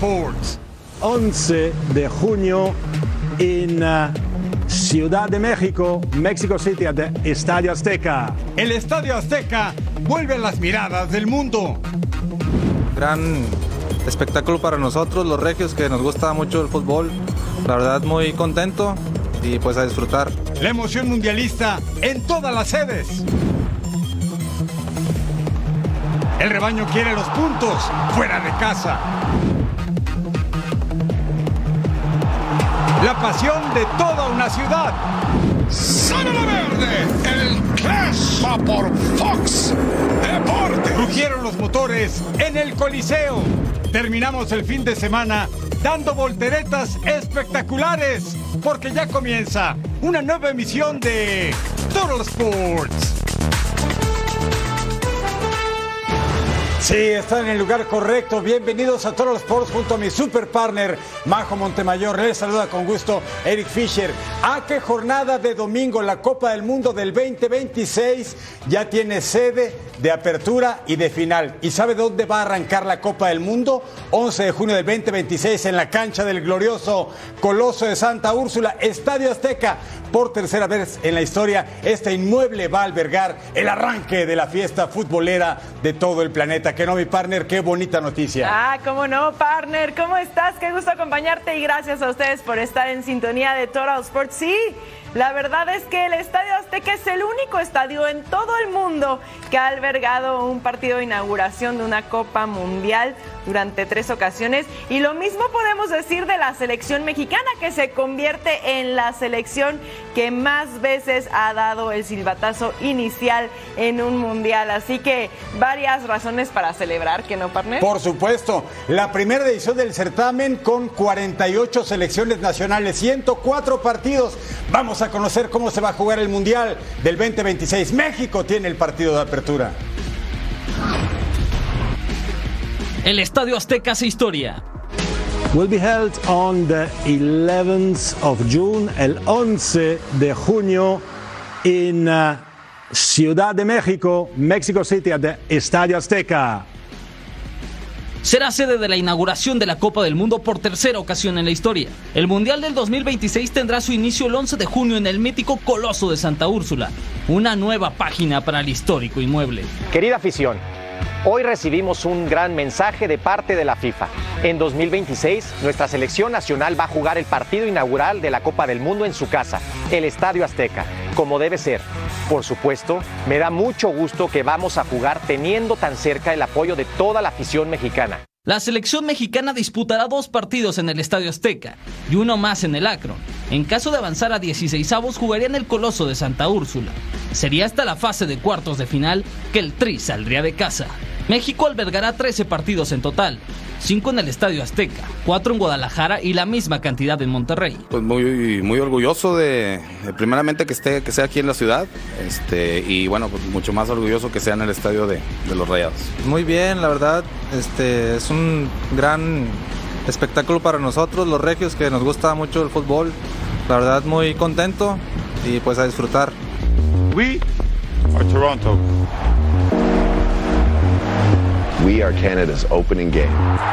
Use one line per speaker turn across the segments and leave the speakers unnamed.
Sports.
11 de junio en Ciudad de México, Mexico City, at the Estadio Azteca.
El Estadio Azteca vuelve a las miradas del mundo.
Gran espectáculo para nosotros, los regios, que nos gusta mucho el fútbol. La verdad, muy contento y pues a disfrutar.
La emoción mundialista en todas las sedes. El rebaño quiere los puntos fuera de casa. La pasión de toda una ciudad.
¡Sábado verde! El Clash va por Fox Deportes.
Rugieron los motores en el Coliseo. Terminamos el fin de semana dando volteretas espectaculares, porque ya comienza una nueva emisión de Total Sports.
Sí, están en el lugar correcto. Bienvenidos a Total Sports junto a mi super partner Majo Montemayor. Les saluda con gusto Eric Fisher. ¿A qué jornada de domingo la Copa del Mundo del 2026 ya tiene sede de apertura y de final? ¿Y sabe dónde va a arrancar la Copa del Mundo? 11 de junio del 2026 en la cancha del glorioso Coloso de Santa Úrsula, Estadio Azteca. Por tercera vez en la historia, este inmueble va a albergar el arranque de la fiesta futbolera de todo el planeta. ¿Que no, mi partner? Qué bonita noticia.
Cómo no, partner. ¿Cómo estás? Qué gusto acompañarte y gracias a ustedes por estar en sintonía de Total Sports. Sí, la verdad es que el Estadio Azteca es el único estadio en todo el mundo que ha albergado un partido de inauguración de una Copa Mundial durante 3 ocasiones. Y lo mismo podemos decir de la selección mexicana, que se convierte en la selección que más veces ha dado el silbatazo inicial en un mundial. Así que varias razones para celebrar, ¿que no, partner?
Por supuesto, la primera edición del certamen con 48 selecciones nacionales, 104 partidos. Vamos a conocer cómo se va a jugar el Mundial del 2026. México tiene el partido de apertura.
El Estadio Azteca hace historia.
Will be held on the 11th of June, el 11 de junio en Ciudad de México, Mexico City, at the Estadio Azteca.
Será sede de la inauguración de la Copa del Mundo por tercera ocasión en la historia. El Mundial del 2026 tendrá su inicio el 11 de junio en el mítico Coloso de Santa Úrsula, una nueva página para el histórico inmueble.
Querida afición, hoy recibimos un gran mensaje de parte de la FIFA. En 2026, nuestra selección nacional va a jugar el partido inaugural de la Copa del Mundo en su casa, el Estadio Azteca, como debe ser. Por supuesto, me da mucho gusto que vamos a jugar teniendo tan cerca el apoyo de toda la afición mexicana.
La selección mexicana disputará 2 partidos en el Estadio Azteca y uno más en el Akron. En caso de avanzar a 16avos, jugaría en el Coloso de Santa Úrsula. Sería hasta la fase de cuartos de final que el Tri saldría de casa. México albergará 13 partidos en total, 5 en el Estadio Azteca, 4 en Guadalajara y la misma cantidad en Monterrey.
Pues muy orgulloso de primeramente que sea aquí en la ciudad, y bueno, pues mucho más orgulloso que sea en el estadio de los Rayados. Muy bien, la verdad, es un gran espectáculo para nosotros, los regios, que nos gusta mucho el fútbol. La verdad, muy contento y pues a disfrutar.
We are Toronto. We are Canada's opening game.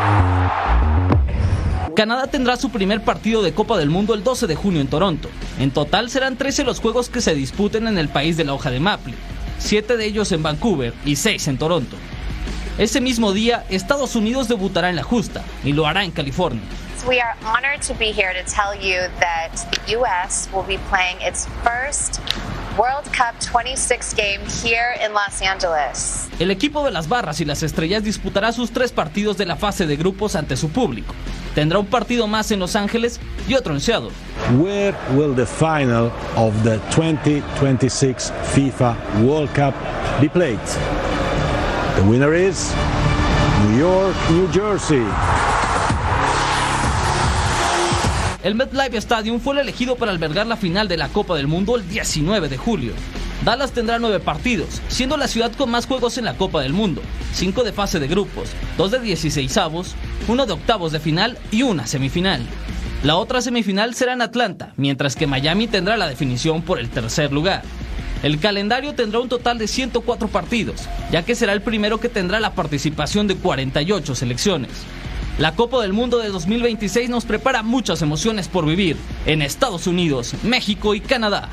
Canadá tendrá su primer partido de Copa del Mundo el 12 de junio en Toronto. En total serán 13 los juegos que se disputen en el país de la hoja de maple, 7 de ellos en Vancouver y 6 en Toronto. Ese mismo día, Estados Unidos debutará en la justa y lo hará en California.
We are honored to be here to tell you that the U.S. will be playing its first World Cup 26 game here in Los Angeles.
El equipo de las Barras y las Estrellas disputará sus 3 partidos de la fase de grupos ante su público. Tendrá un partido más en Los Ángeles y otro en Seattle.
Where will the final of the 2026 FIFA World Cup be played? The winner is New York, New Jersey.
El MetLife Stadium fue el elegido para albergar la final de la Copa del Mundo el 19 de julio. Dallas tendrá 9 partidos, siendo la ciudad con más juegos en la Copa del Mundo, 5 de fase de grupos, 2 de 16avos, 1 de octavos de final y 1 semifinal. La otra semifinal será en Atlanta, mientras que Miami tendrá la definición por el tercer lugar. El calendario tendrá un total de 104 partidos, ya que será el primero que tendrá la participación de 48 selecciones. La Copa del Mundo de 2026 nos prepara muchas emociones por vivir en Estados Unidos, México y Canadá.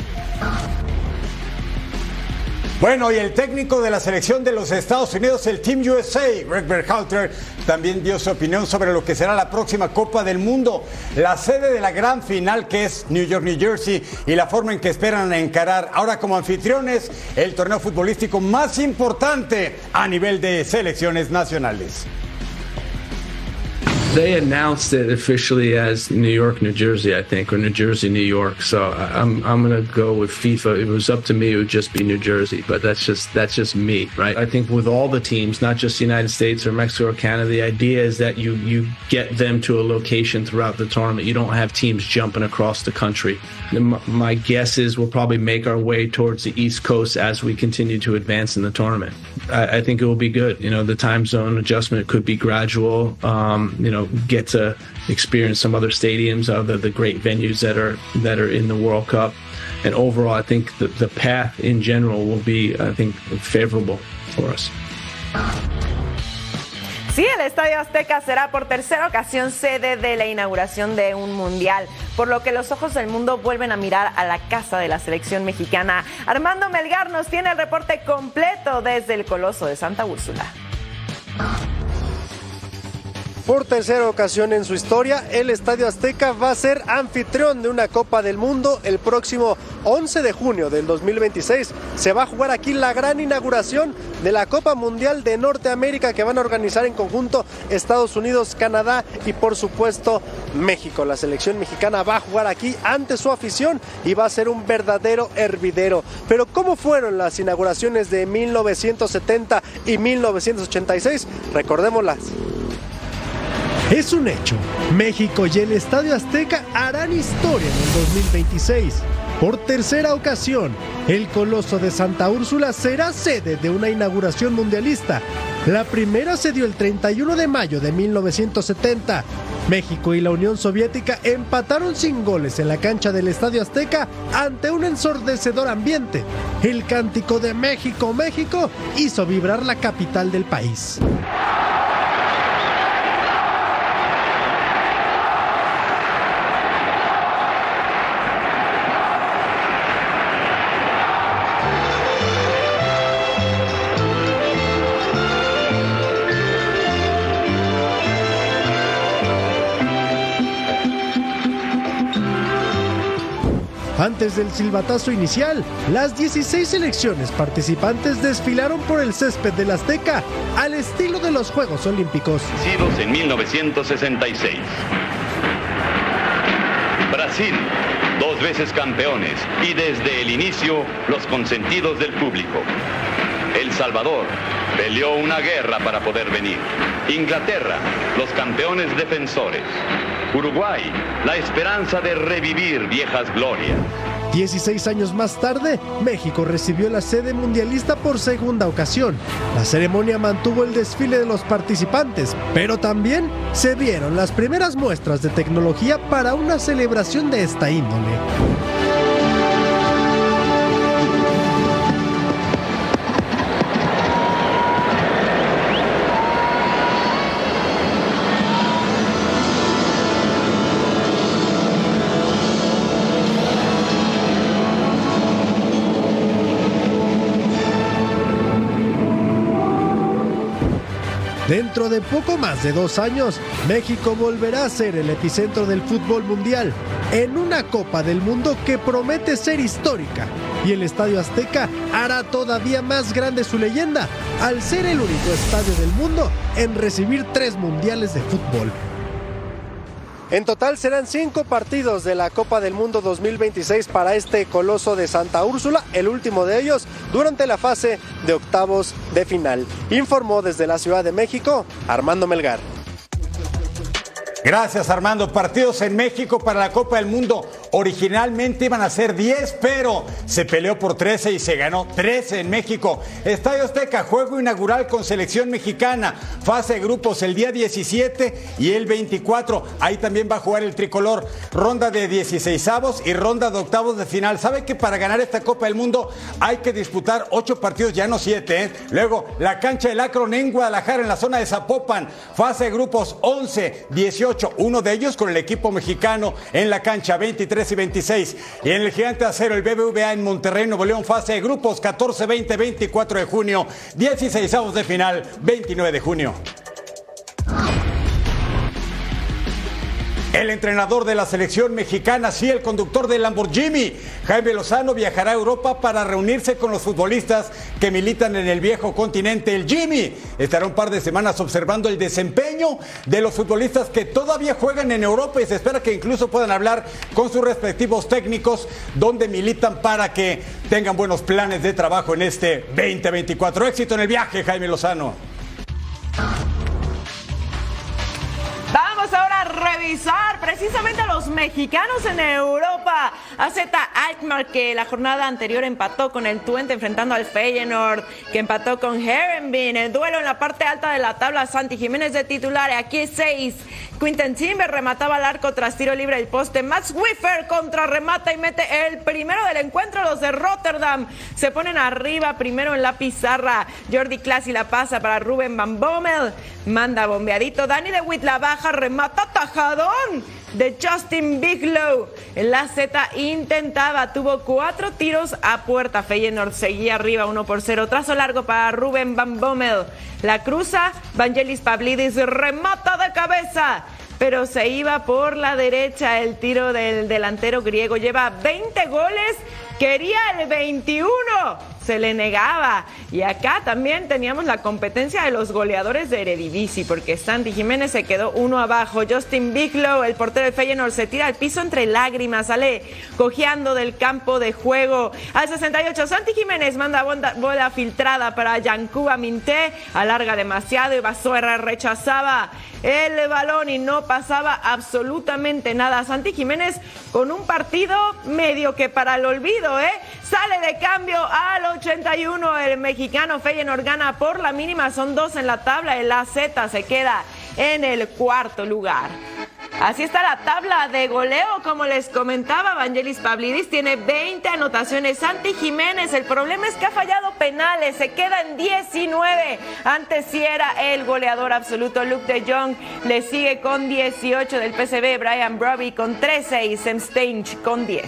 Bueno, y el técnico de la selección de los Estados Unidos, el Team USA, Greg Berhalter, también dio su opinión sobre lo que será la próxima Copa del Mundo, la sede de la gran final que es New York, New Jersey, y la forma en que esperan encarar ahora como anfitriones el torneo futbolístico más importante a nivel de selecciones nacionales.
They announced it officially as New York, New Jersey, I think, or New Jersey, New York. So I'm going to go with FIFA. If it was up to me, it would just be New Jersey. But that's just me, right? I think with all the teams, not just the United States or Mexico or Canada, the idea is that you get them to a location throughout the tournament. You don't have teams jumping across the country. My guess is we'll probably make our way towards the East Coast as we continue to advance in the tournament. I think it will be good. You know, the time zone adjustment could be gradual. Get to experience some other stadiums, other the great venues that are in the World Cup, and overall, I think the path in general will be, I think, favorable for us.
Sí, el Estadio Azteca será por tercera ocasión sede de la inauguración de un mundial, por lo que los ojos del mundo vuelven a mirar a la casa de la selección mexicana. Armando Melgar nos tiene el reporte completo desde el Coloso de Santa Úrsula.
Por tercera ocasión en su historia, el Estadio Azteca va a ser anfitrión de una Copa del Mundo el próximo 11 de junio del 2026. Se va a jugar aquí la gran inauguración de la Copa Mundial de Norteamérica que van a organizar en conjunto Estados Unidos, Canadá y por supuesto México. La selección mexicana va a jugar aquí ante su afición y va a ser un verdadero hervidero. Pero ¿cómo fueron las inauguraciones de 1970 y 1986? Recordémoslas.
Es un hecho, México y el Estadio Azteca harán historia en el 2026. Por tercera ocasión, el Coloso de Santa Úrsula será sede de una inauguración mundialista. La primera se dio el 31 de mayo de 1970. México y la Unión Soviética empataron sin goles en la cancha del Estadio Azteca ante un ensordecedor ambiente. El cántico de México, México hizo vibrar la capital del país. Antes del silbatazo inicial, las 16 selecciones participantes desfilaron por el césped del Azteca al estilo de los Juegos Olímpicos.
En 1966. Brasil, 2 veces campeones y desde el inicio los consentidos del público. El Salvador peleó una guerra para poder venir. Inglaterra, los campeones defensores. Uruguay, la esperanza de revivir viejas glorias.
16 años más tarde, México recibió la sede mundialista por segunda ocasión. La ceremonia mantuvo el desfile de los participantes, pero también se vieron las primeras muestras de tecnología para una celebración de esta índole. Dentro de poco más de 2 años, México volverá a ser el epicentro del fútbol mundial, en una Copa del Mundo que promete ser histórica. Y el Estadio Azteca hará todavía más grande su leyenda, al ser el único estadio del mundo en recibir 3 mundiales de fútbol.
En total serán 5 partidos de la Copa del Mundo 2026 para este Coloso de Santa Úrsula, el último de ellos durante la fase de octavos de final. Informó desde la Ciudad de México, Armando Melgar.
Gracias, Armando. Partidos en México para la Copa del Mundo. Originalmente iban a ser 10, pero se peleó por 13 y se ganó 13 en México. Estadio Azteca, juego inaugural con selección mexicana. Fase de grupos el día 17 y el 24. Ahí también va a jugar el tricolor. Ronda de 16avos y ronda de octavos de final. ¿Sabe que para ganar esta Copa del Mundo hay que disputar 8 partidos, ya no 7? Luego, la cancha del Akron en Guadalajara, en la zona de Zapopan. Fase de grupos 11, 18. Uno de ellos con el equipo mexicano en la cancha 23 y 26. Y en el Gigante de Acero, el BBVA en Monterrey, Nuevo León, fase de grupos 14, 20, 24 de junio, 16avos de final, 29 de junio. El entrenador de la selección mexicana, sí, el conductor del Lamborghini, Jaime Lozano, viajará a Europa para reunirse con los futbolistas que militan en el viejo continente. El Jimmy estará un par de semanas observando el desempeño de los futbolistas que todavía juegan en Europa y se espera que incluso puedan hablar con sus respectivos técnicos donde militan para que tengan buenos planes de trabajo en este 2024. Éxito en el viaje, Jaime Lozano.
Vamos ahora a revisar precisamente a los mexicanos en Europa. AZ Alkmaar, que la jornada anterior empató con el Twente enfrentando al Feyenoord, que empató con Heerenveen. El duelo en la parte alta de la tabla, Santi Jiménez de titular, aquí es 6. Quinten Timber remataba al arco tras tiro libre del poste. Max Wiffer contrarremata y mete el primero del encuentro. Los de Rotterdam se ponen arriba primero en la pizarra. Jordi Klaasie la pasa para Ruben Van Bommel. Manda bombeadito. Dani de Witt la baja, remata tajadón de Justin Bigelow. La Z intentaba, tuvo 4 tiros a puerta. Feyenoord seguía arriba 1-0. Trazo largo para Ruben Van Bommel. La cruza, Vangelis Pavlidis remata de cabeza, pero se iba por la derecha. El tiro del delantero griego, lleva 20 goles, quería el 21. Se le negaba. Y acá también teníamos la competencia de los goleadores de Eredivisie, porque Santi Jiménez se quedó 1 abajo. Justin Bigelow, el portero del Feyenoord, se tira al piso entre lágrimas, sale cojeando del campo de juego. Al 68, Santi Jiménez manda bola filtrada para Yankuba Minté, alarga demasiado y Basoerra rechazaba el balón y no pasaba absolutamente nada. Santi Jiménez con un partido medio que para el olvido, sale de cambio al 81. El mexicano. Feyenoord gana por la mínima, son 2 en la tabla. El AZ se queda en el 4º lugar. Así está la tabla de goleo, como les comentaba. Vangelis Pavlidis tiene 20 anotaciones. Santi Jiménez, el problema es que ha fallado penales, se queda en 19. Antes sí era el goleador absoluto. Luke de Jong le sigue con 18 del PSV, Brian Brobbey con 13 y Sem Stench con 10.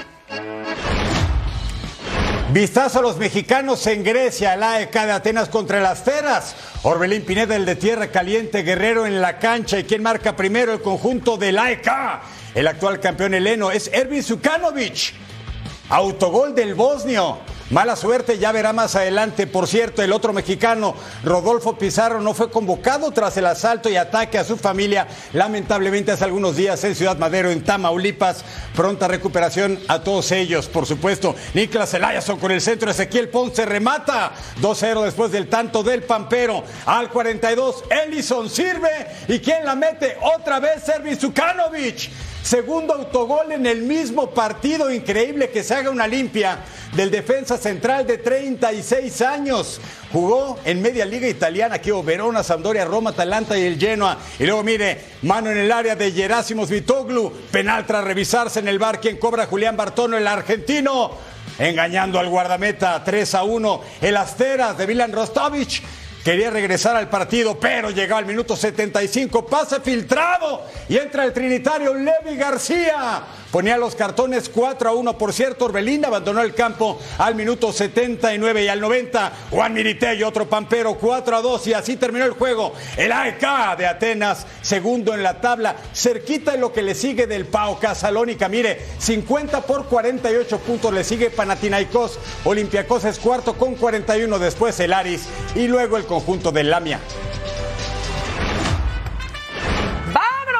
Vistazo a los mexicanos en Grecia, el AEK de Atenas contra el Asteras. Orbelín Pineda, el de Tierra Caliente, Guerrero en la cancha. ¿Y quién marca primero? El conjunto del AEK. El actual campeón heleno es Ervin Sukanovic. Autogol del bosnio. Mala suerte, ya verá más adelante. Por cierto, el otro mexicano, Rodolfo Pizarro, no fue convocado tras el asalto y ataque a su familia, lamentablemente hace algunos días en Ciudad Madero, en Tamaulipas. Pronta recuperación a todos ellos, por supuesto. Niklas Eliasson con el centro, Ezequiel Ponce remata. 2-0 después del tanto del Pampero. Al 42, Ellison sirve. ¿Y quién la mete? Otra vez Ervin Sukanovic. Segundo autogol en el mismo partido. Increíble que se haga una limpia del defensa central de 36 años. Jugó en media liga italiana, aquí Verona, Sampdoria, Roma, Atalanta y el Genoa. Y luego mire, mano en el área de Gerasimos Vitoglu. Penal tras revisarse en el VAR. ¿Quién cobra? Julián Bartono, el argentino. Engañando al guardameta, 3-1. El Asteras de Milan Rostovic quería regresar al partido, pero llegó al minuto 75, pase filtrado y entra el trinitario Levi García. Ponía los cartones 4-1. Por cierto, Orbelín abandonó el campo al minuto 79 y al 90. Juan Miritelli, otro pampero, 4-2 y así terminó el juego. El AEK de Atenas, segundo en la tabla, cerquita de lo que le sigue del PAOK Salónica. Mire, 50 por 48 puntos le sigue Panathinaikos. Olympiacos es cuarto con 41, después el Aris y luego el conjunto del Lamia.
¡Vámonos a Inglaterra!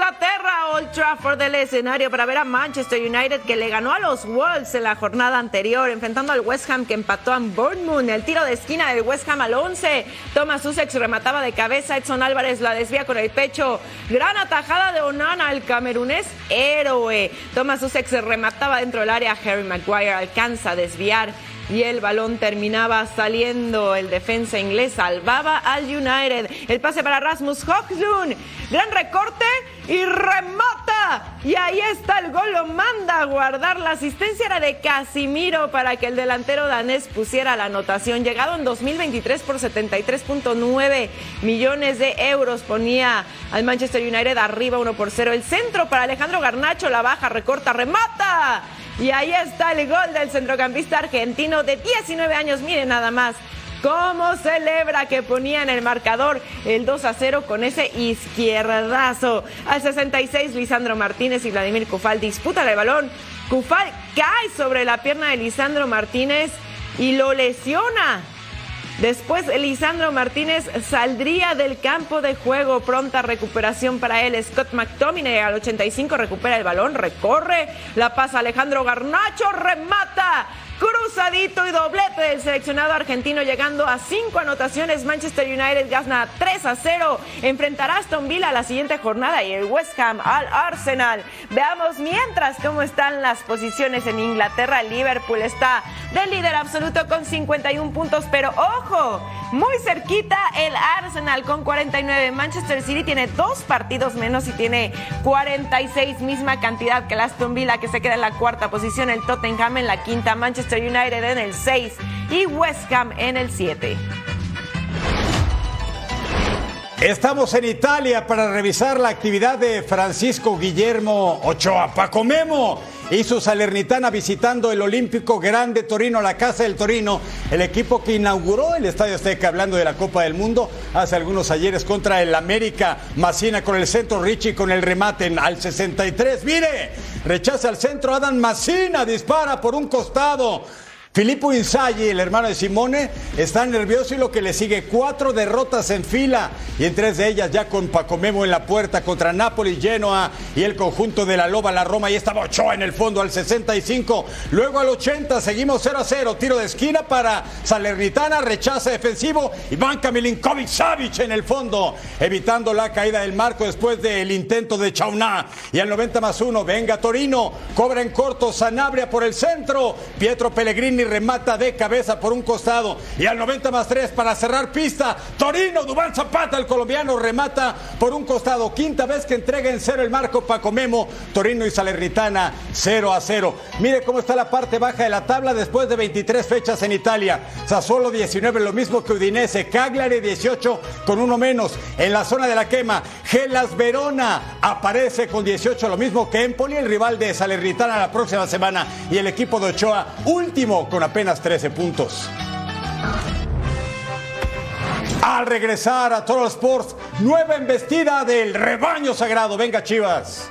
Inglaterra, Old Trafford, el escenario para ver a Manchester United, que le ganó a los Wolves en la jornada anterior, enfrentando al West Ham, que empató a Bournemouth. El tiro de esquina del West Ham al 11. Thomas Sussex remataba de cabeza, Edson Álvarez la desvía con el pecho. Gran atajada de Onana, el camerunés héroe. Thomas Sussex remataba dentro del área, Harry Maguire alcanza a desviar y el balón terminaba saliendo. El defensa inglés salvaba al United. El pase para Rasmus Højlund, gran recorte y remata, y ahí está el gol, lo manda a guardar. La asistencia era de Casimiro para que el delantero danés pusiera la anotación. Llegado en 2023 por 73.9 millones de euros, ponía al Manchester United arriba 1-0. El centro para Alejandro Garnacho, la baja, recorta, remata, y ahí está el gol del centrocampista argentino de 19 años. Miren nada más cómo celebra, que ponía en el marcador el 2-0 con ese izquierdazo. Al 66, Lisandro Martínez y Vladimir Kufal disputan el balón. Kufal cae sobre la pierna de Lisandro Martínez y lo lesiona. Después, Lisandro Martínez saldría del campo de juego. Pronta recuperación para él. Scott McTominay al 85 recupera el balón, recorre, la pasa Alejandro Garnacho, remata, cruzadito y doblete del seleccionado argentino, llegando a 5 anotaciones. Manchester United gana 3-0. Enfrentará a Aston Villa la siguiente jornada y el West Ham al Arsenal. Veamos mientras cómo están las posiciones en Inglaterra. El Liverpool está de líder absoluto con 51 puntos, pero ojo, muy cerquita el Arsenal con 49. Manchester City tiene 2 partidos menos y tiene 46, misma cantidad que el Aston Villa, que se queda en la 4ª posición. El Tottenham en la 5ª, Manchester United en el 6 y West Ham en el 7.
Estamos en Italia para revisar la actividad de Francisco Guillermo Ochoa. Paco Memo y su Salernitana visitando el Olímpico Grande Torino, la casa del Torino, el equipo que inauguró el Estadio Azteca, hablando de la Copa del Mundo, hace algunos ayeres contra el América. Massina con el centro, Richie con el remate al 63. ¡Mire! Rechaza al centro, Adam Massina dispara por un costado. Filippo Inzaghi, el hermano de Simone, está nervioso y lo que le sigue, 4 derrotas en fila y en 3 de ellas ya con Paco Memo en la puerta contra Napoli, Genoa y el conjunto de la Loba, la Roma. Y estaba Ochoa en el fondo al 65, luego al 80, seguimos 0-0, tiro de esquina para Salernitana, rechaza defensivo, Ivanka Milinkovic-Savic en el fondo, evitando la caída del marco después del intento de Chauná. Y al 90+1, venga Torino, cobra en corto, Sanabria por el centro, Pietro Pellegrini remata de cabeza por un costado, y al 90+3 para cerrar pista, Torino, Duván Zapata, el colombiano, remata por un costado. 5ª vez que entrega en cero el marco Paco Memo. Torino y Salernitana 0-0. Mire cómo está la parte baja de la tabla después de 23 fechas en Italia. Sassuolo 19, lo mismo que Udinese. Cagliari 18 con 1 menos. En la zona de la quema, Hellas Verona aparece con 18, lo mismo que Empoli, el rival de Salernitana la próxima semana. Y el equipo de Ochoa, último con apenas 13 puntos. Al regresar a Total Sports, nueva embestida del rebaño sagrado. Venga, Chivas.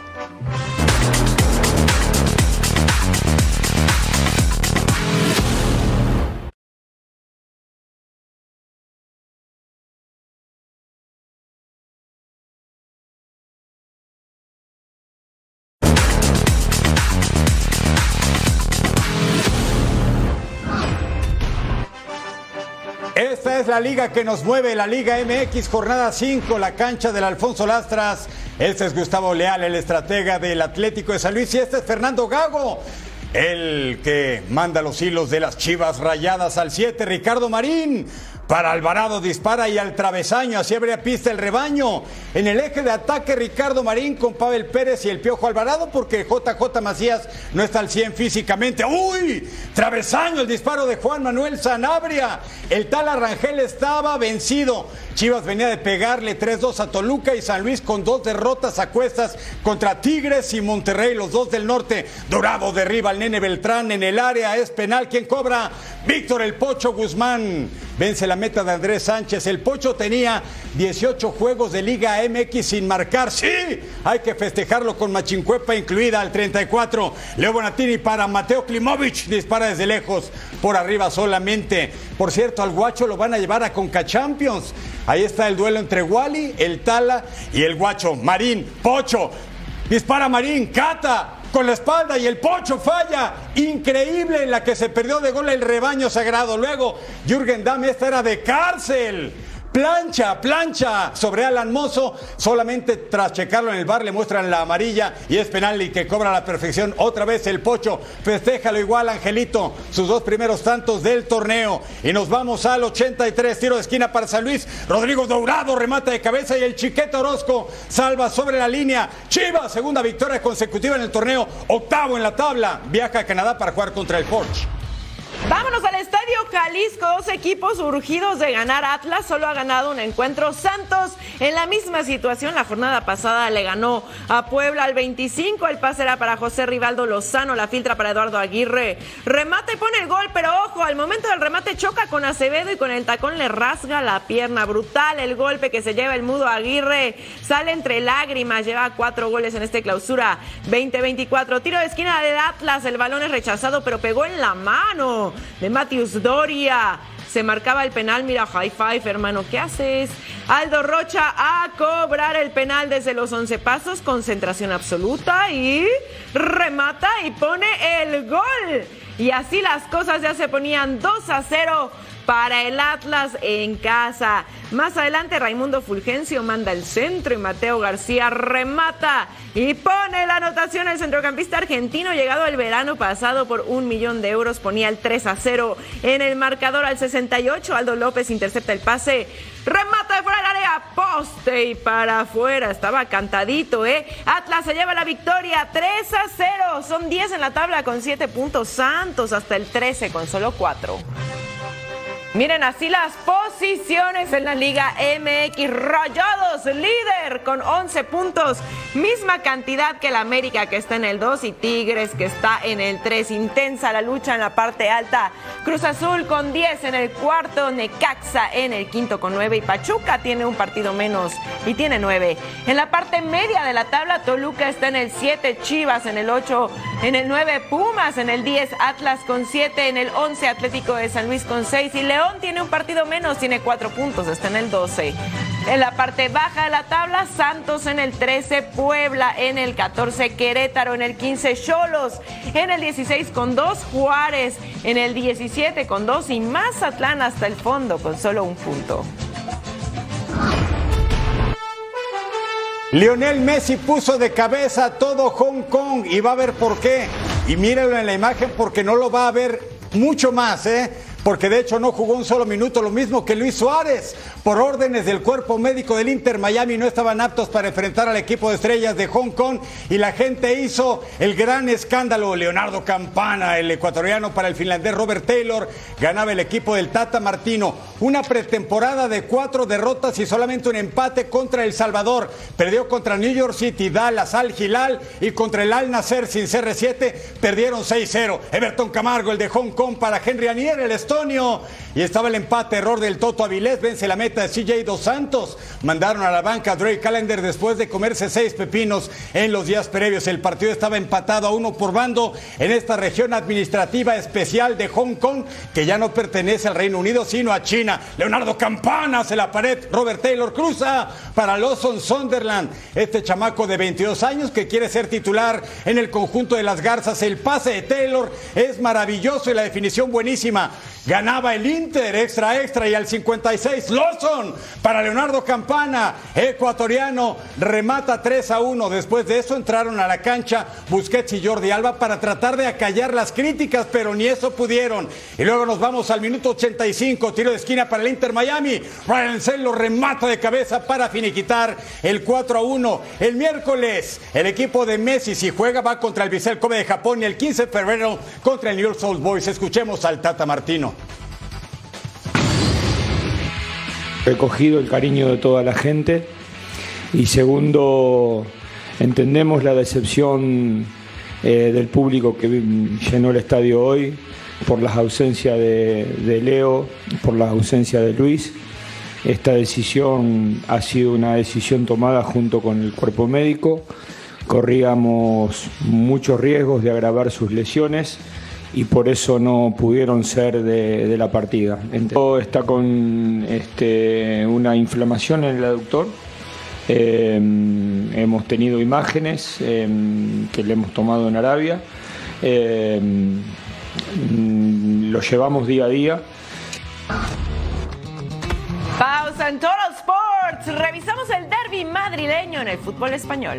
Esta es la liga que nos mueve, la Liga MX, jornada 5, la cancha del Alfonso Lastras. Este es Gustavo Leal, el estratega del Atlético de San Luis, y este es Fernando Gago, el que manda los hilos de las Chivas Rayadas al 7. Ricardo Marín para Alvarado, dispara y al travesaño, así abre pista el rebaño. En el eje de ataque, Ricardo Marín con Pavel Pérez y el Piojo Alvarado, porque JJ Macías no está al 100 físicamente. ¡Uy! Travesaño, el disparo de Juan Manuel Sanabria. El tal Arrangel estaba vencido. Chivas venía de pegarle 3-2 a Toluca, y San Luis con 2 derrotas a cuestas contra Tigres y Monterrey, los 2 del norte. Dorado derriba al Nene Beltrán en el área, es penal. ¿Quién cobra? Víctor El Pocho Guzmán. vence la meta de Andrés Sánchez. El Pocho tenía 18 juegos de Liga MX sin marcar. ¡Sí! Hay que festejarlo con Machincuepa incluida al 34. Leo Bonatini para Mateo Klimovic, dispara desde lejos, por arriba solamente. Por cierto, al Guacho lo van a llevar a Conca Champions. Ahí está el duelo entre Wally, el Tala y el Guacho. Marín, Pocho, dispara Marín, Cata con la espalda y el Pocho falla. Increíble en la que se perdió de gol el rebaño sagrado. Luego, Jürgen Damm, esta era de cárcel. Plancha sobre Alan Mozo. Solamente tras checarlo en el VAR le muestran la amarilla y es penal y que cobra a la perfección. Otra vez el Pocho. Festéjalo igual, Angelito. Sus 2 primeros tantos del torneo. Y nos vamos al 83. Tiro de esquina para San Luis. Rodrigo Dourado remata de cabeza y el Chiquete Orozco salva sobre la línea. Chivas, segunda victoria consecutiva en el torneo. 8º en la tabla. Viaja a Canadá para jugar contra el Forge.
Vámonos al Estadio Jalisco, 2 equipos urgidos de ganar. Atlas solo ha ganado un encuentro. Santos en la misma situación, la jornada pasada le ganó a Puebla al 25, el pase era para José Rivaldo Lozano, la filtra para Eduardo Aguirre, remata y pone el gol, pero ojo, al momento del remate choca con Acevedo y con el tacón le rasga la pierna. Brutal el golpe que se lleva el mudo Aguirre, sale entre lágrimas, lleva 4 goles en este clausura 2024. Tiro de esquina del Atlas, el balón es rechazado pero pegó en la mano de Matius Doria. Se marcaba el penal, mira, high five, hermano, ¿qué haces? Aldo Rocha a cobrar el penal desde los 11 pasos, concentración absoluta y remata y pone el gol. Y así las cosas ya se ponían 2-0 para el Atlas en casa. Más adelante Raimundo Fulgencio manda el centro y Mateo García remata y pone la anotación. El centrocampista argentino, llegado el verano pasado por $1 millón, ponía el 3-0 en el marcador al 68. Aldo López intercepta el pase, remata de fuera del área, poste y para afuera. Estaba cantadito, Atlas se lleva la victoria 3-0. Son 10 en la tabla con 7 puntos. Santos hasta el 13 con solo 4. Miren así las posiciones en la Liga MX. Rayados, líder con 11 puntos, misma cantidad que el América, que está en el 2, y Tigres, que está en el 3. Intensa la lucha en la parte alta. Cruz Azul con 10 en el 4, Necaxa en el 5 con 9 y Pachuca tiene un partido menos y tiene 9. En la parte media de la tabla, Toluca está en el 7, Chivas en el 8, en el 9 Pumas, en el 10 Atlas con 7, en el 11 Atlético de San Luis con 6 y León tiene un partido menos, tiene 4 puntos, está en el 12. En la parte baja de la tabla, Santos en el 13, Puebla en el 14, Querétaro en el 15, Xolos en el 16 con 2, Juárez en el 17 con 2 y Mazatlán hasta el fondo con solo 1 punto.
Lionel Messi puso de cabeza todo Hong Kong y va a ver por qué. Y mírenlo en la imagen porque no lo va a ver mucho más, porque de hecho no jugó un solo minuto, lo mismo que Luis Suárez. Por órdenes del cuerpo médico del Inter Miami no estaban aptos para enfrentar al equipo de estrellas de Hong Kong y la gente hizo el gran escándalo. Leonardo Campana, el ecuatoriano para el finlandés Robert Taylor, ganaba el equipo del Tata Martino. Una pretemporada de 4 derrotas y solamente un empate contra El Salvador. Perdió contra New York City, Dallas, Al Hilal y contra el Al Nassr sin CR7 perdieron 6-0. Everton Camargo, el de Hong Kong, para Henry Anier, el estonio. Y estaba el empate, error del Toto Avilés, vence la meta de CJ Dos Santos. Mandaron a la banca a Drake Callender después de comerse 6 pepinos en los días previos. El partido estaba empatado a 1 por bando en esta región administrativa especial de Hong Kong, que ya no pertenece al Reino Unido, sino a China. Leonardo Campana hace la pared, Robert Taylor cruza para Lawson Sunderland. Este chamaco de 22 años que quiere ser titular en el conjunto de las Garzas. El pase de Taylor es maravilloso y la definición buenísima. Ganaba el Inter, extra y al 56 Lawson para Leonardo Campana, ecuatoriano, remata 3-1. Después de eso entraron a la cancha Busquets y Jordi Alba para tratar de acallar las críticas, pero ni eso pudieron. Y luego nos vamos al minuto 85, tiro de esquina para el Inter Miami. Ryan Sell lo remata de cabeza para finiquitar el 4-1. El miércoles el equipo de Messi, si juega, va contra el Vissel Kobe de Japón y el 15 de febrero contra el New York Old Boys. Escuchemos al Tata Martino.
Recogido el cariño de toda la gente y segundo, entendemos la decepción del público que llenó el estadio hoy, por las ausencias de Leo, por la ausencia de Luis. Esta decisión ha sido una decisión tomada junto con el cuerpo médico. Corríamos muchos riesgos de agravar sus lesiones y por eso no pudieron ser de la partida. Está con una inflamación en el aductor. Hemos tenido imágenes que le hemos tomado en Arabia. Lo llevamos día a día.
Pausa en Total Sports. Revisamos el derbi madrileño en el fútbol español.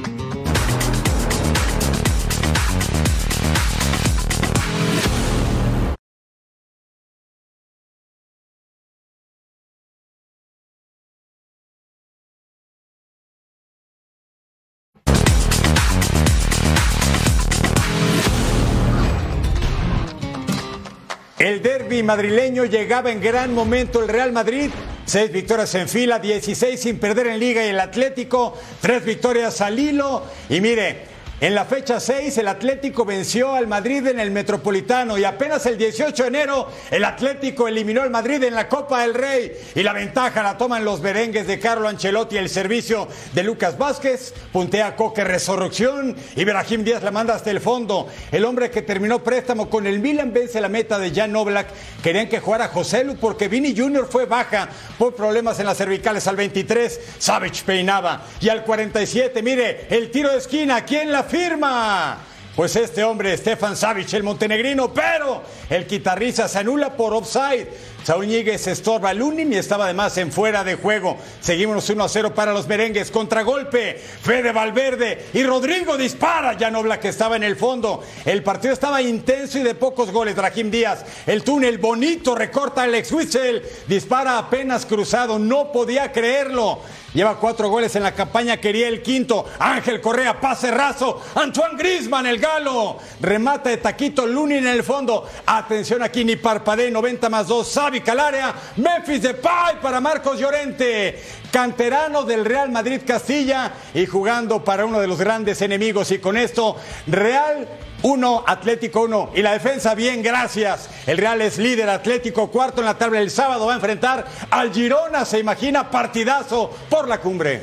El derbi madrileño llegaba en gran momento. El Real Madrid, 6 victorias en fila, 16 sin perder en Liga, y el Atlético, 3 victorias al hilo. Y mire, en la fecha 6 el Atlético venció al Madrid en el Metropolitano y apenas el 18 de enero el Atlético eliminó al Madrid en la Copa del Rey y la ventaja la toman los merengues de Carlo Ancelotti. El servicio de Lucas Vázquez puntea Coque Resurrección y Brahim Díaz la manda hasta el fondo. El hombre que terminó préstamo con el Milan vence la meta de Jan Oblak. Querían que jugara Joselu porque Vini Jr. fue baja por problemas en las cervicales. Al 23 Savic peinaba y al 47 mire el tiro de esquina. ¿Quién la firma? Pues este hombre, Stefan Savic, el montenegrino, pero el guitarrista se anula por offside. Saúl Ñíguez estorba a Lunin y estaba además en fuera de juego. Seguimos 1-0 para los merengues. Contragolpe, Fede Valverde y Rodrigo dispara. Jan Oblak que estaba en el fondo. El partido estaba intenso y de pocos goles. Brahim Díaz, el túnel bonito, recorta Alex Witsel, dispara apenas cruzado, no podía creerlo. Lleva 4 goles en la campaña, quería el quinto. Ángel Correa, pase raso. Antoine Griezmann, el galo. Remata de taquito, Lunin en el fondo. Atención aquí, ni parpadee, 90+2. Savic al área. Memphis Depay para Marcos Llorente. Canterano del Real Madrid Castilla y jugando para uno de los grandes enemigos. Y con esto, Real 1, Atlético 1. Y la defensa bien, gracias. El Real es líder, Atlético cuarto en la tabla. El sábado va a enfrentar al Girona. Se imagina partidazo por la cumbre.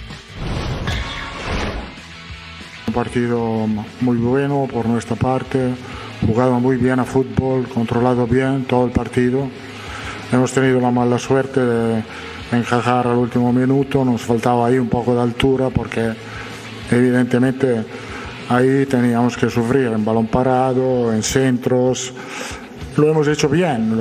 Un partido muy bueno por nuestra parte. Jugado muy bien a fútbol, controlado bien todo el partido. Hemos tenido la mala suerte de encajar al último minuto. Nos faltaba ahí un poco de altura porque evidentemente ahí teníamos que sufrir en balón parado, en centros. Lo hemos hecho bien.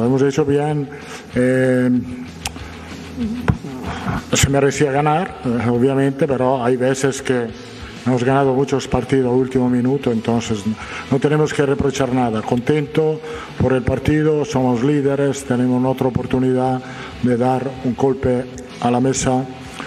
Se merecía ganar, obviamente, pero hay veces que hemos ganado muchos partidos al último minuto, entonces no tenemos que reprochar nada. Contento por el partido, somos líderes, tenemos otra oportunidad de dar un golpe a la mesa.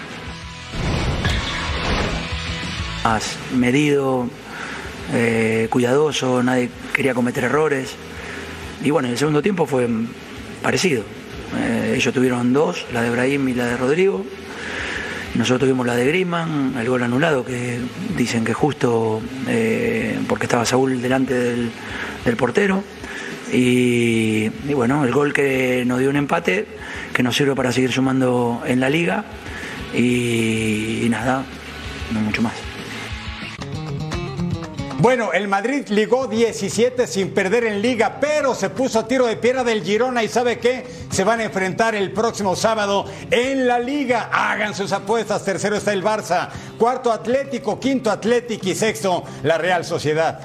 Más medido, cuidadoso, nadie quería cometer errores. Y bueno, en el segundo tiempo fue parecido. Ellos tuvieron 2, la de Brahim y la de Rodrigo. Nosotros tuvimos la de Griezmann, el gol anulado, que dicen que justo porque estaba Saúl delante del portero. Y bueno, el gol que nos dio un empate, que nos sirve para seguir sumando en la liga. Y nada, no mucho más.
Bueno, el Madrid ligó 17 sin perder en Liga, pero se puso a tiro de piedra del Girona y ¿sabe qué? Se van a enfrentar el próximo sábado en la Liga. Hagan sus apuestas. Tercero está el Barça, cuarto Atlético, quinto Atlético y sexto la Real Sociedad.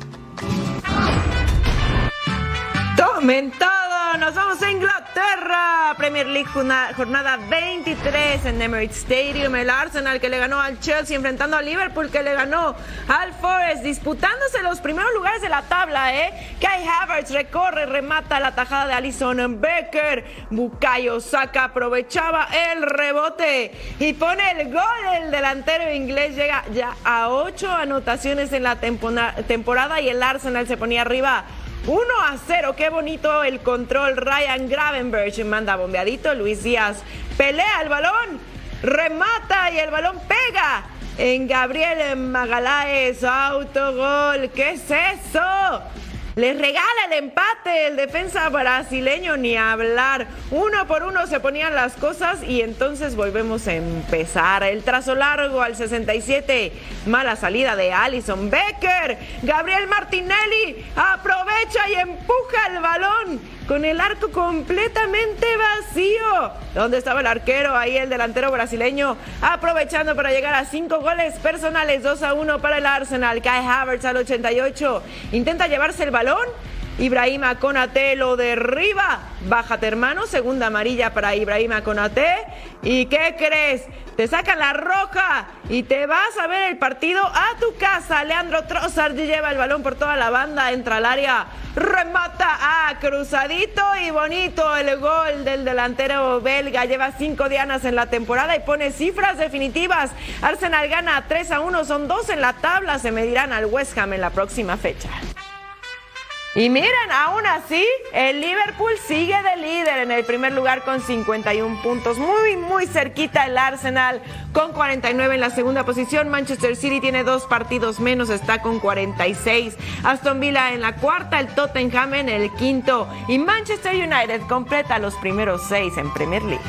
Tomen todo, nos vamos a Inglaterra. Premier League jornada 23 en Emirates Stadium. El Arsenal que le ganó al Chelsea enfrentando al Liverpool que le ganó al Forest, disputándose los primeros lugares de la tabla. Kai Havertz recorre, remata la tajada de Alisson Becker. Bukayo Saka aprovechaba el rebote y pone el gol. El delantero inglés llega ya a 8 anotaciones en la temporada y el Arsenal se ponía arriba 1-0, qué bonito el control. Ryan Gravenberch manda bombeadito. Luis Díaz pelea el balón, remata y el balón pega en Gabriel Magalhaes. Autogol, ¿qué es eso? les regala el empate. El defensa brasileño ni hablar. 1-1 se ponían las cosas y entonces volvemos a empezar. El trazo largo al 67. Mala salida de Alisson Becker. Gabriel Martinelli aprovecha y empuja el balón con el arco completamente vacío. ¿Dónde estaba el arquero? Ahí el delantero brasileño aprovechando para llegar a 5 goles personales. 2-1 para el Arsenal. Kai Havertz al 88. Intenta llevarse el balón. Ibrahima Konaté lo derriba. Bájate, hermano. Segunda amarilla para Ibrahima Konaté. ¿Y qué crees? Te sacan la roja y te vas a ver el partido a tu casa. Leandro Trossard lleva el balón por toda la banda, entra al área, remata cruzadito y bonito el gol del delantero belga. Lleva 5 dianas en la temporada y pone cifras definitivas. Arsenal gana 3-1, son 2 en la tabla, se medirán al West Ham en la próxima fecha. Y miren, aún así, el Liverpool sigue de líder en el primer lugar con 51 puntos. Muy cerquita el Arsenal con 49 en la segunda posición. Manchester City tiene 2 partidos menos, está con 46. Aston Villa en la cuarta, el Tottenham en el quinto. Y Manchester United completa los primeros 6 en Premier League.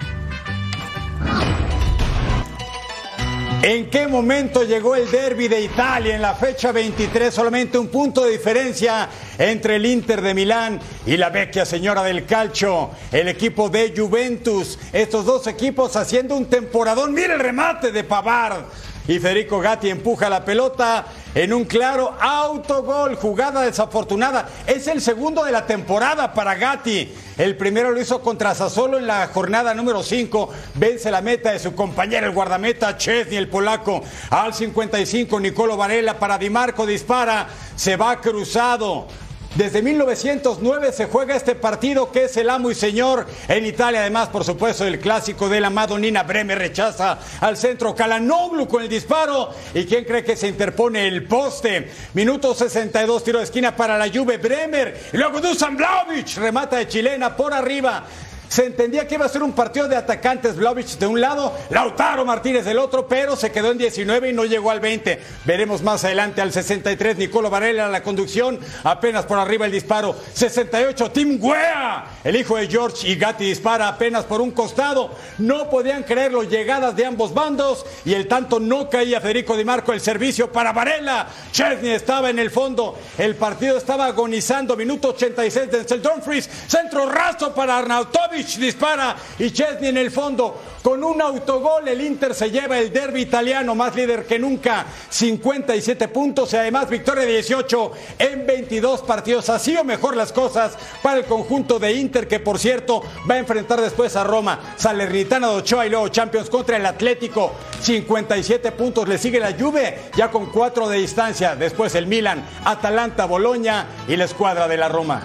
¿En qué momento llegó el derbi de Italia? En la fecha 23, solamente un punto de diferencia entre el Inter de Milán y la vecchia señora del calcio, el equipo de Juventus. Estos dos equipos haciendo un temporadón. Mira el remate de Pavard. Y Federico Gatti empuja la pelota en un claro autogol. Jugada desafortunada. Es el segundo de la temporada para Gatti. El primero lo hizo contra Sassuolo en la jornada número 5. Vence la meta de su compañero, el guardameta Szczesny, el polaco. Al 55, Nicolo Barella para Di Marco, dispara. Se va cruzado. Desde 1909 se juega este partido que es el amo y señor en Italia. Además, por supuesto, el clásico de la Madonnina. Bremer rechaza al centro. Calhanoglu con el disparo. ¿Y quién cree que se interpone? El poste. Minuto 62, tiro de esquina para la Juve. Bremer. Y luego Dusan Vlahovic. Remata de chilena por arriba. Se entendía que iba a ser un partido de atacantes. Vlahovic de un lado, Lautaro Martínez del otro, pero se quedó en 19 y no llegó al 20. Veremos más adelante al 63, Nicolo Barella la conducción, apenas por arriba el disparo. 68, Tim Weah, el hijo de George, y Gatti dispara apenas por un costado. No podían creerlo, llegadas de ambos bandos y el tanto no caía. Federico Di Marco, el servicio para Barella. Szczesny estaba en el fondo, el partido estaba agonizando. Minuto 86, Denzel Dumfries, centro raso para Arnautovic. Dispara y Szczesny en el fondo. Con un autogol el Inter se lleva el derbi italiano, más líder que nunca, 57 puntos y además victoria de 18 en 22 partidos. Así o mejor las cosas para el conjunto de Inter, que por cierto va a enfrentar después a Roma, Salernitana de Ochoa y luego Champions contra el Atlético. 57 puntos, le sigue la Juve ya con 4 de distancia, después el Milan, Atalanta, Boloña y la escuadra de la Roma.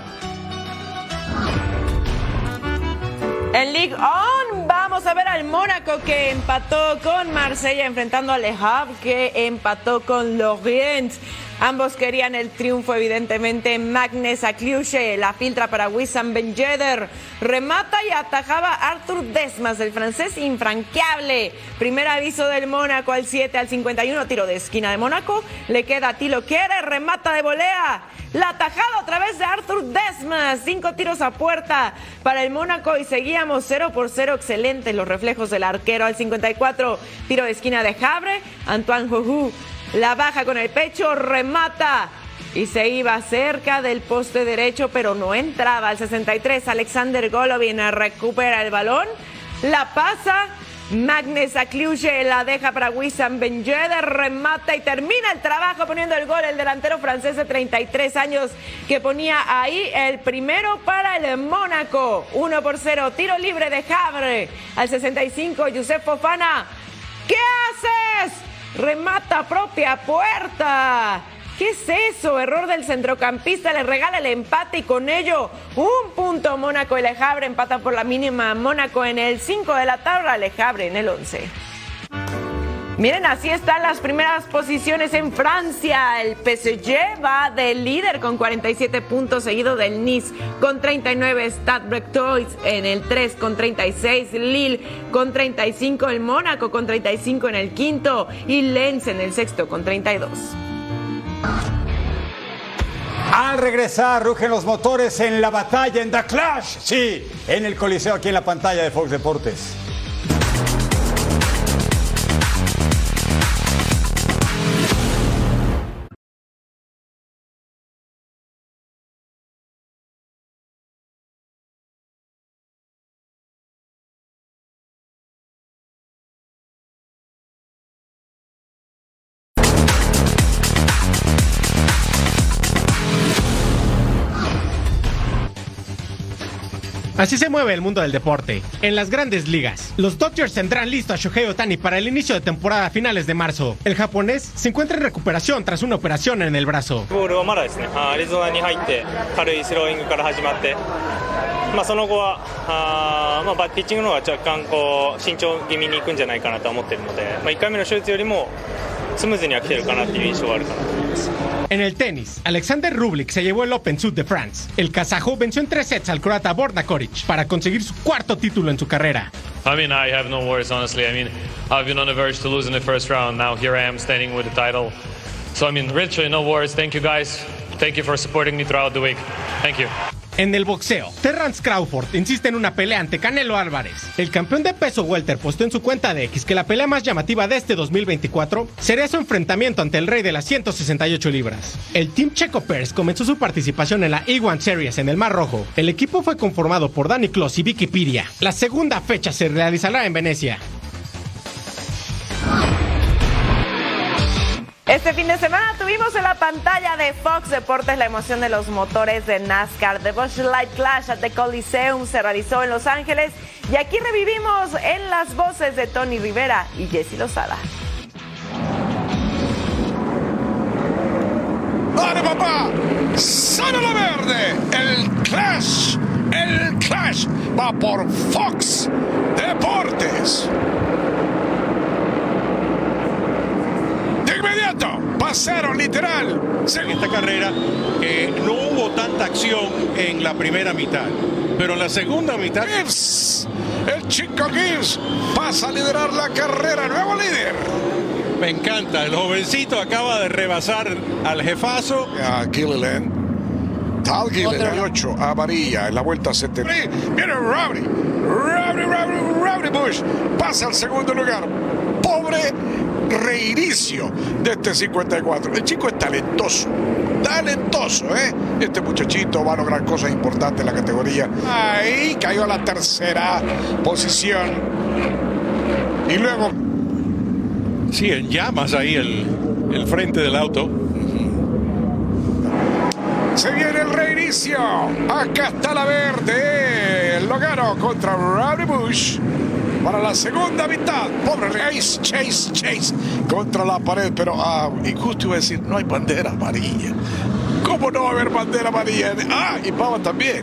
En Ligue 1 vamos a ver al Mónaco, que empató con Marsella, enfrentando al Le Havre, que empató con Lorient. Ambos querían el triunfo, evidentemente. Magnus Akliouche la filtra para Wissam Ben Yedder. Remata y atajaba Arthur Desmas, el francés infranqueable. Primer aviso del Mónaco al 7, al 51. Tiro de esquina de Mónaco. Le queda a Thilo Kehrer. Remata de volea. La atajada otra vez de Arthur Desmas. 5 tiros a puerta para el Mónaco y seguíamos 0-0. Excelentes los reflejos del arquero al 54. Tiro de esquina de Havre. Antoine Joujou la baja con el pecho, remata y se iba cerca del poste derecho, pero no entraba. Al 63, Alexander Golovin recupera el balón, la pasa. Magnus Akliouche la deja para Wissam Ben Yedder, remata y termina el trabajo poniendo el gol el delantero francés de 33 años que ponía ahí el primero para el Mónaco. 1-0, tiro libre de Havre. Al 65, Youssouf Fofana. ¿Qué haces? Remata propia puerta. ¿Qué es eso? Error del centrocampista, le regala el empate y con ello un punto. Mónaco y Le Havre empatan por la mínima. Mónaco en el 5 de la tabla, Le Havre en el 11. Miren, así están las primeras posiciones en Francia. El PSG va de líder con 47 puntos, seguido del Nice con 39, Stade Brestois en el 3 con 36, Lille con 35, el Mónaco con 35 en el quinto y Lens en el sexto con 32.
Al regresar, rugen los motores en la batalla, en The Clash. Sí, en el Coliseo, aquí en la pantalla de Fox Deportes.
Así se mueve el mundo del deporte. En las grandes ligas, los Dodgers tendrán listo a Shohei Ohtani para el inicio de temporada a finales de marzo. El japonés se encuentra en recuperación tras una operación en el brazo.
ボールはまだですね。アリゾナに入って軽いスローイングから始まって、その後はピッチングの方が若干慎重気味に行くんじゃないかなと思っているので、1回目の手術よりもスムーズには来てるかなっていう印象はあるかなと思います。
En el tenis, Alexander Rublik se llevó el Open Sud de France. El kazajo venció en 3 sets al croata Borna Koric para conseguir su 4º título en su carrera.
I mean, I have no worries, honestly. I mean, I've been on the verge to lose in the first round. Now here I am standing with the title. So, I mean, literally no worries. Thank you, guys. Thank you for supporting me throughout the week. Thank you.
En el boxeo, Terrence Crawford insiste en una pelea ante Canelo Álvarez. El campeón de peso welter postó en su cuenta de X que la pelea más llamativa de este 2024 sería su enfrentamiento ante el rey de las 168 libras. El Team Checo Pérez comenzó su participación en la E1 Series en el Mar Rojo. El equipo fue conformado por Danny Kloss y Vicky Piria. La segunda fecha se realizará en Venecia.
Este fin de semana tuvimos en la pantalla de Fox Deportes la emoción de los motores de NASCAR. The Busch Light Clash at the Coliseum se realizó en Los Ángeles y aquí revivimos en las voces de Tony Rivera y Jesse Lozada.
¡Vale, papá! ¡Sale la verde! El Clash va por Fox Deportes. De inmediato, pasaron literal.
En esta carrera no hubo tanta acción en la primera mitad, pero en la segunda mitad...
Gibbs, el chico Gibbs pasa a liderar la carrera, nuevo líder.
Me encanta, el jovencito acaba de rebasar al jefazo.
Gilliland. Tal Gilliland, 8 amarilla en la vuelta 70. Viene Rowdy Busch, pasa al segundo lugar. Pobre reinicio de este 54. El chico es talentoso, ¿eh? Este muchachito va a lograr cosas importantes en la categoría. Ahí cayó a la tercera posición. Y luego...
Sí, en llamas ahí el frente del auto.
Se viene el reinicio. Acá está la verde. Logano contra Rowdy Busch. Para la segunda mitad, pobre Chase contra la pared, pero injusto iba a decir, no hay bandera amarilla. ¿Cómo no va a haber bandera amarilla? Y Pava también.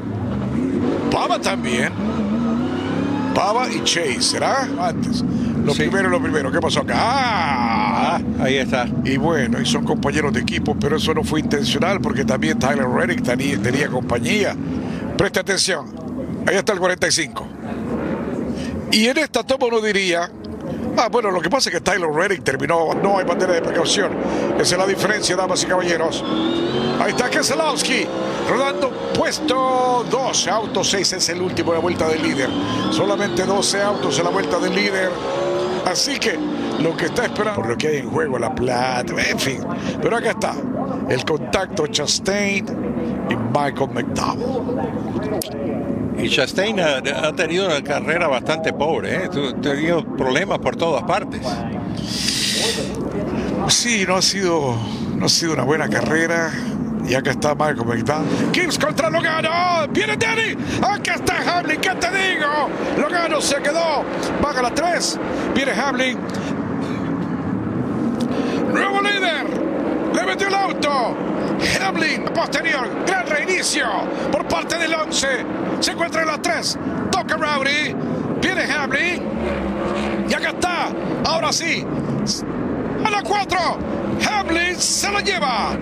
Pava y Chase, ¿será? Antes. Lo primero. ¿Qué pasó acá?
Ahí está.
Y bueno, y son compañeros de equipo, pero eso no fue intencional porque también Tyler Reddick tenía compañía. Presta atención. Ahí está el 45. Y en esta toma uno diría, bueno, lo que pasa es que Tyler Reddick terminó, no hay bandera de precaución. Esa es la diferencia, damas y caballeros. Ahí está Keselowski, rodando puesto 12, auto 6 es el último de la vuelta del líder. Solamente 12 autos en la vuelta del líder. Así que lo que está esperando, por lo que hay en juego, la plata, en fin. Pero acá está, el contacto Chastain y Michael McDowell.
Y Chastain ha tenido una carrera bastante pobre, ¿eh? Ha tenido problemas por todas partes.
Sí, no ha sido una buena carrera. Y acá está Michael McDowell. Gibbs contra Logano. Viene Danny. Acá está Hamlin. ¿Qué te digo? Logano se quedó. Baja la 3. Viene Hamlin. Nuevo líder. Le metió el auto. Hamlin posterior. Gran reinicio por parte del 11. Se encuentra en la 3. Toca Rowdy. Viene Hamlin. Y acá está. Ahora sí. A la 4. Hamlin se lo lleva.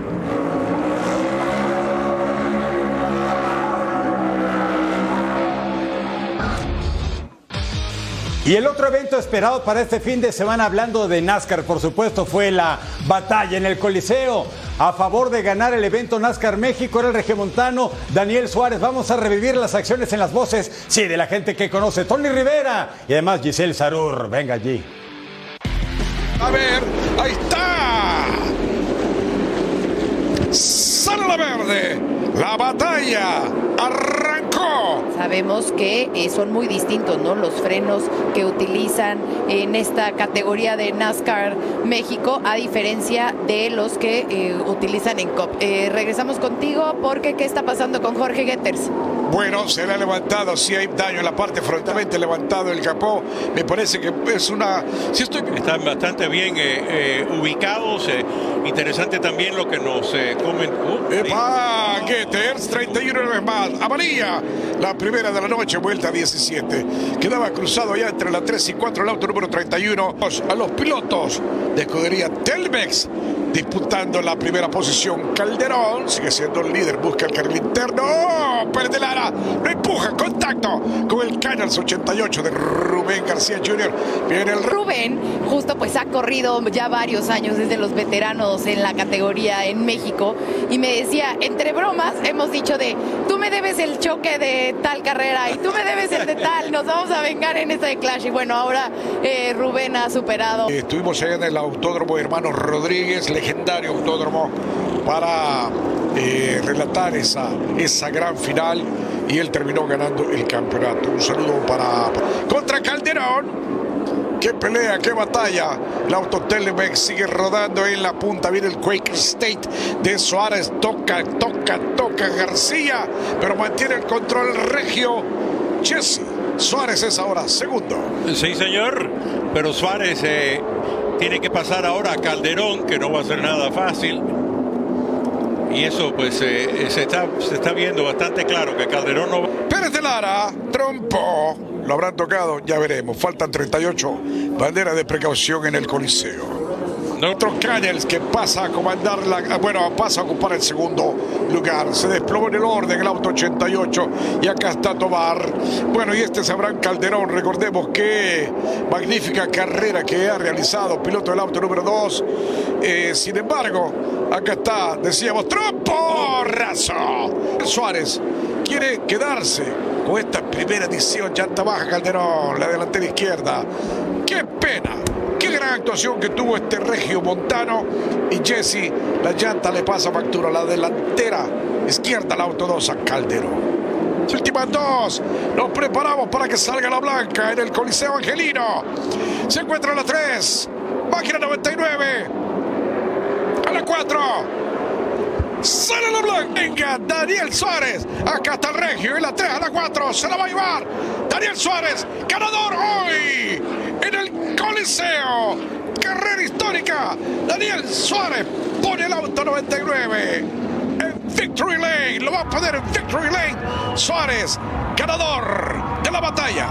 Y el otro evento esperado para este fin de semana, hablando de NASCAR, por supuesto, fue la batalla en el Coliseo a favor de ganar el evento NASCAR México. Era el regiomontano Daniel Suárez. Vamos a revivir las acciones en las voces, sí, de la gente que conoce. Tony Rivera y además Giselle Sarur. Venga allí.
A ver, ahí está. Sale la verde. La batalla arrancó.
Sabemos que son muy distintos, ¿no? Los frenos que utilizan en esta categoría de NASCAR México, a diferencia de los que utilizan en Cup. Regresamos contigo porque ¿qué está pasando con Jorge Getters?
Bueno, se le ha levantado, si hay daño en la parte frontalmente levantado el capó. Me parece que es una...
Están bastante bien ubicados. Interesante también lo que nos comentan.
¡Epa! Getters, 31 una vez más. Amarilla, la primera de la noche, vuelta 17. Quedaba cruzado ya entre la 3 y 4 el auto número 31. A los pilotos de escudería Telmex disputando la primera posición. Calderón sigue siendo el líder, busca el carril interno. ¡Oh! Pérez de Lara lo empuja, contacto con el Canals 88 de Rubén García Jr. Viene el
Rubén, justo pues ha corrido ya varios años desde los veteranos en la categoría en México y me decía, entre bromas, hemos dicho de tú me debes el choque de tal carrera y tú me debes el de tal, nos vamos a vengar en esta de Clash. Y bueno, ahora Rubén ha superado.
Estuvimos allá en el Autódromo Hermanos Rodríguez, legendario autódromo, para relatar esa gran final, y él terminó ganando el campeonato. Un saludo contra Calderón. ¡Qué pelea, qué batalla! El auto Telemex sigue rodando en la punta. Viene el Quaker State de Suárez. Toca García, pero mantiene el control regio. Jesse Suárez es ahora segundo.
Sí, señor, pero Suárez tiene que pasar ahora a Calderón, que no va a ser nada fácil. Y eso pues se está viendo bastante claro que Calderón no va.
Pérez de Lara, trompo. Lo habrán tocado, ya veremos. Faltan 38. Bandera de precaución en el Coliseo. Otro Canels que pasa a comandar pasa a ocupar el segundo lugar. Se desplomó en el orden el auto 88 y acá está Tobar. Bueno, y este es Abraham Calderón. Recordemos que magnífica carrera que ha realizado, piloto del auto número 2. Sin embargo, acá está, decíamos, tromporrazo. Suárez quiere quedarse con esta primera edición. Llanta baja Calderón, la delantera izquierda. ¡Qué pena! Qué gran actuación que tuvo este regio montano. Y Jesse, la llanta le pasa factura. La delantera izquierda, el auto 2 a Calderón. Últimas dos. Nos preparamos para que salga la blanca en el Coliseo Angelino. Se encuentra la 3. Máquina 99. A la 4. Sale la blanca. Venga, Daniel Suárez. Acá está el regio. En la 3 a la 4. Se la va a llevar Daniel Suárez. Ganador hoy en el Coliseo. Carrera histórica. Daniel Suárez pone el auto 99 en Victory Lane. Lo va a poner en Victory Lane. Suárez, ganador de la batalla.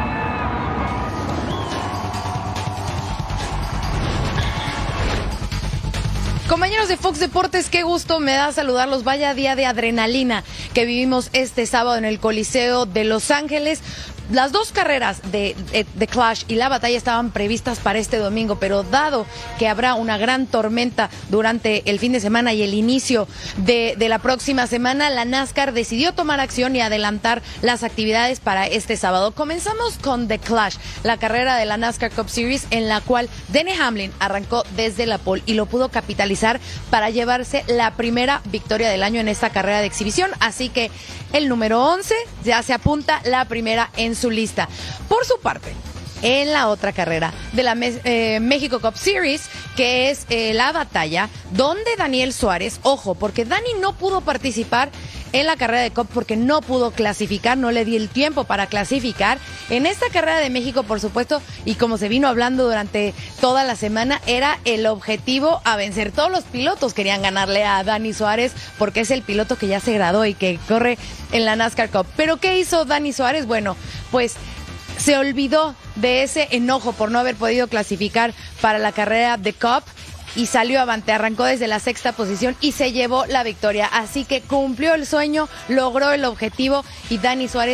Compañeros de Fox Deportes, qué gusto me da saludarlos. Vaya día de adrenalina que vivimos este sábado en el Coliseo de Los Ángeles. Las dos carreras de Clash y la batalla estaban previstas para este domingo, pero dado que habrá una gran tormenta durante el fin de semana y el inicio de la próxima semana, la NASCAR decidió tomar acción y adelantar las actividades para este sábado. Comenzamos con The Clash, la carrera de la NASCAR Cup Series, en la cual Denny Hamlin arrancó desde la pole y lo pudo capitalizar para llevarse la primera victoria del año en esta carrera de exhibición. Así que el número 11 ya se apunta la primera en su lista. Por su parte, en la otra carrera de la México Cup Series, que es la batalla, donde Daniel Suárez, ojo, porque Dani no pudo participar en la carrera de Cup porque no pudo clasificar, no le di el tiempo para clasificar. En esta carrera de México, por supuesto, y como se vino hablando durante toda la semana, era el objetivo a vencer. Todos los pilotos querían ganarle a Dani Suárez porque es el piloto que ya se graduó y que corre en la NASCAR Cup. ¿Pero qué hizo Dani Suárez? Bueno, pues se olvidó de ese enojo por no haber podido clasificar para la carrera de Cup y salió avante, arrancó desde la 6ª posición y se llevó la victoria. Así que cumplió el sueño, logró el objetivo y Dani Suárez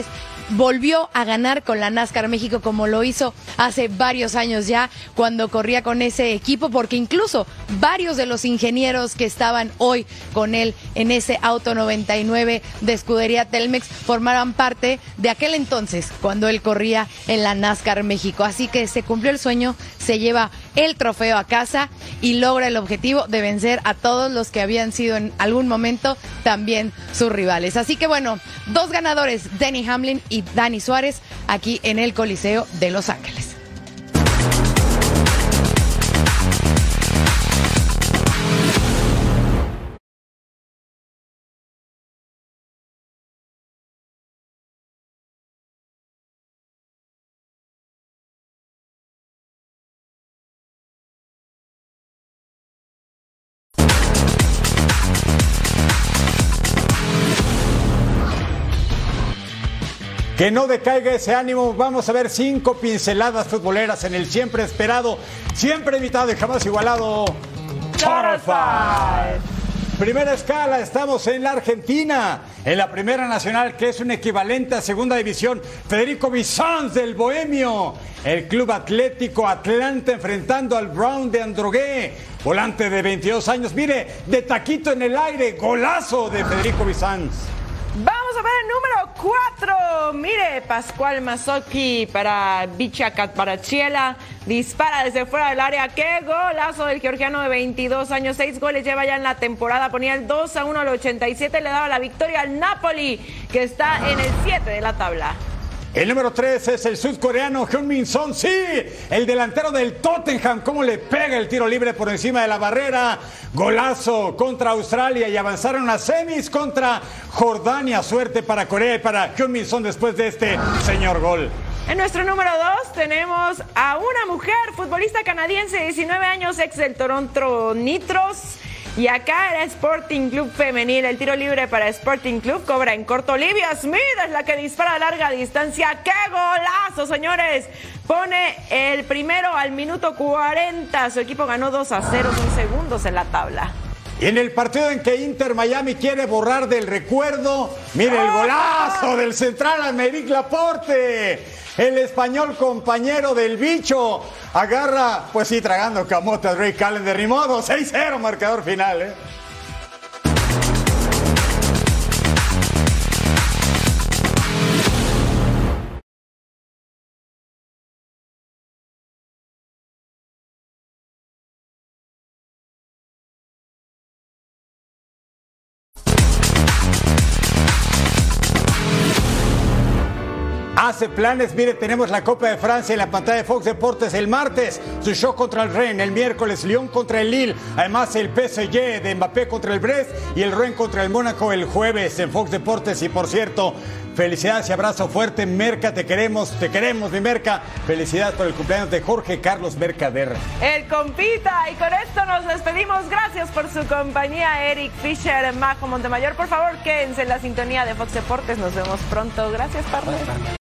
volvió a ganar con la NASCAR México como lo hizo hace varios años ya cuando corría con ese equipo, porque incluso varios de los ingenieros que estaban hoy con él en ese auto 99 de escudería Telmex formaban parte de aquel entonces cuando él corría en la NASCAR México. Así que se cumplió el sueño, se lleva el trofeo a casa y logra el objetivo de vencer a todos los que habían sido en algún momento también sus rivales. Así que bueno, dos ganadores, Denny Hamlin y Dani Suárez, aquí en el Coliseo de Los Ángeles.
Que no decaiga ese ánimo. Vamos a ver 5 pinceladas futboleras en el siempre esperado, siempre invitado y jamás igualado Total Five. Primera escala, estamos en la Argentina, en la Primera Nacional, que es un equivalente a Segunda División. Federico Bizanz del Bohemio, el Club Atlético Atlanta enfrentando al Brown de Androgué, volante de 22 años. Mire, de taquito en el aire, golazo de Federico Bizanz.
Vamos a ver el número 4. Mire, Pascual Mazzocchi para Bicha Catbarachiela. Dispara desde fuera del área. ¡Qué golazo del georgiano de 22 años! 6 goles lleva ya en la temporada. Ponía el 2-1 al 87. Le daba la victoria al Napoli, que está en el 7 de la tabla.
El número 3 es el sudcoreano Heung-min Son. Sí, el delantero del Tottenham. Cómo le pega el tiro libre por encima de la barrera. Golazo contra Australia y avanzaron a semis contra Jordania. Suerte para Corea y para Heung-min Son después de este señor gol.
En nuestro número 2 tenemos a una mujer, futbolista canadiense de 19 años, ex del Toronto Nitros. Y acá era Sporting Club Femenil. El tiro libre para Sporting Club cobra en corto. Olivia Smith es la que dispara a larga distancia. ¡Qué golazo, señores! Pone el primero al minuto 40. Su equipo ganó 2-0, son segundos en la tabla.
Y en el partido en que Inter Miami quiere borrar del recuerdo, mire el golazo del central Aymeric Laporte. El español compañero del bicho agarra, pues sí, tragando camote a Ray Callender. Ni modo, 6-0 marcador final, Hace planes, mire, tenemos la Copa de Francia en la pantalla de Fox Deportes el martes, su show contra el Rennes, el miércoles Lyon contra el Lille, además el PSG de Mbappé contra el Brest y el Rennes contra el Mónaco el jueves en Fox Deportes. Y por cierto, felicidades y abrazo fuerte, Merca, te queremos mi Merca. Felicidades por el cumpleaños de Jorge Carlos Mercader.
El compita, y con esto nos despedimos. Gracias por su compañía, Eric Fisher, Majo Montemayor. Por favor, quédense en la sintonía de Fox Deportes. Nos vemos pronto. Gracias, partner.